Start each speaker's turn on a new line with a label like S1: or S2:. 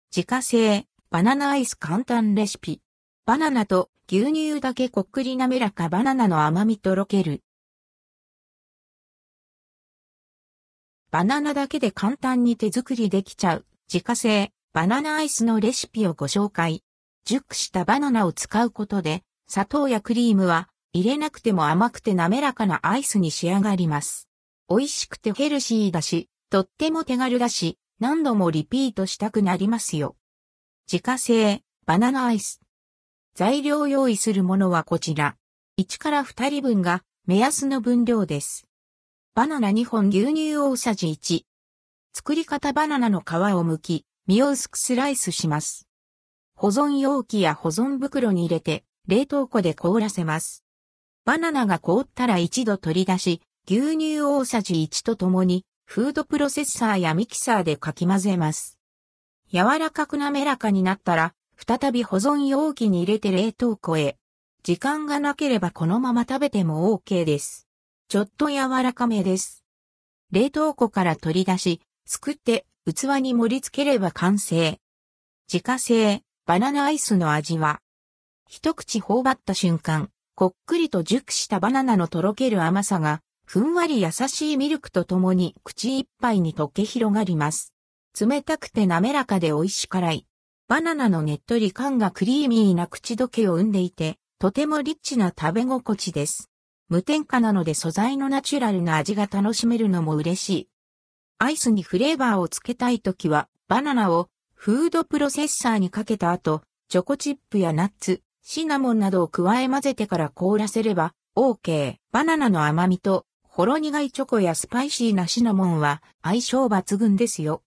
S1: 自家製バナナアイス簡単レシピ。バナナと牛乳だけこっくり滑らかバナナの甘みとろける。バナナだけで簡単に手作りできちゃう自家製バナナアイスのレシピをご紹介。熟したバナナを使うことで砂糖やクリームは入れなくても甘くて滑らかなアイスに仕上がります。美味しくてヘルシーだし、とっても手軽だし、何度もリピートしたくなりますよ。自家製バナナアイス。材料用意するものはこちら。1から2人分が目安の分量です。バナナ2本牛乳大さじ1。作り方バナナの皮を剥き、実を薄くスライスします。保存容器や保存袋に入れて冷凍庫で凍らせます。バナナが凍ったら一度取り出し、牛乳大さじ1とともにフードプロセッサーやミキサーでかき混ぜます。柔らかく滑らかになったら、再び保存容器に入れて冷凍庫へ。時間がなければこのまま食べても OK です。ちょっと柔らかめです。冷凍庫から取り出し、すくって器に盛り付ければ完成。自家製バナナアイスの味は、一口頬張った瞬間、こっくりと熟したバナナのとろける甘さが、ふんわり優しいミルクとともに口いっぱいに溶け広がります。冷たくて滑らかで美味し辛い。バナナのねっとり感がクリーミーな口どけを生んでいて、とてもリッチな食べ心地です。無添加なので素材のナチュラルな味が楽しめるのも嬉しい。アイスにフレーバーをつけたいときは、バナナをフードプロセッサーにかけた後、チョコチップやナッツ、シナモンなどを加え混ぜてから凍らせれば OK。バナナの甘みとほろ苦いチョコやスパイシーなシナモンは相性抜群ですよ。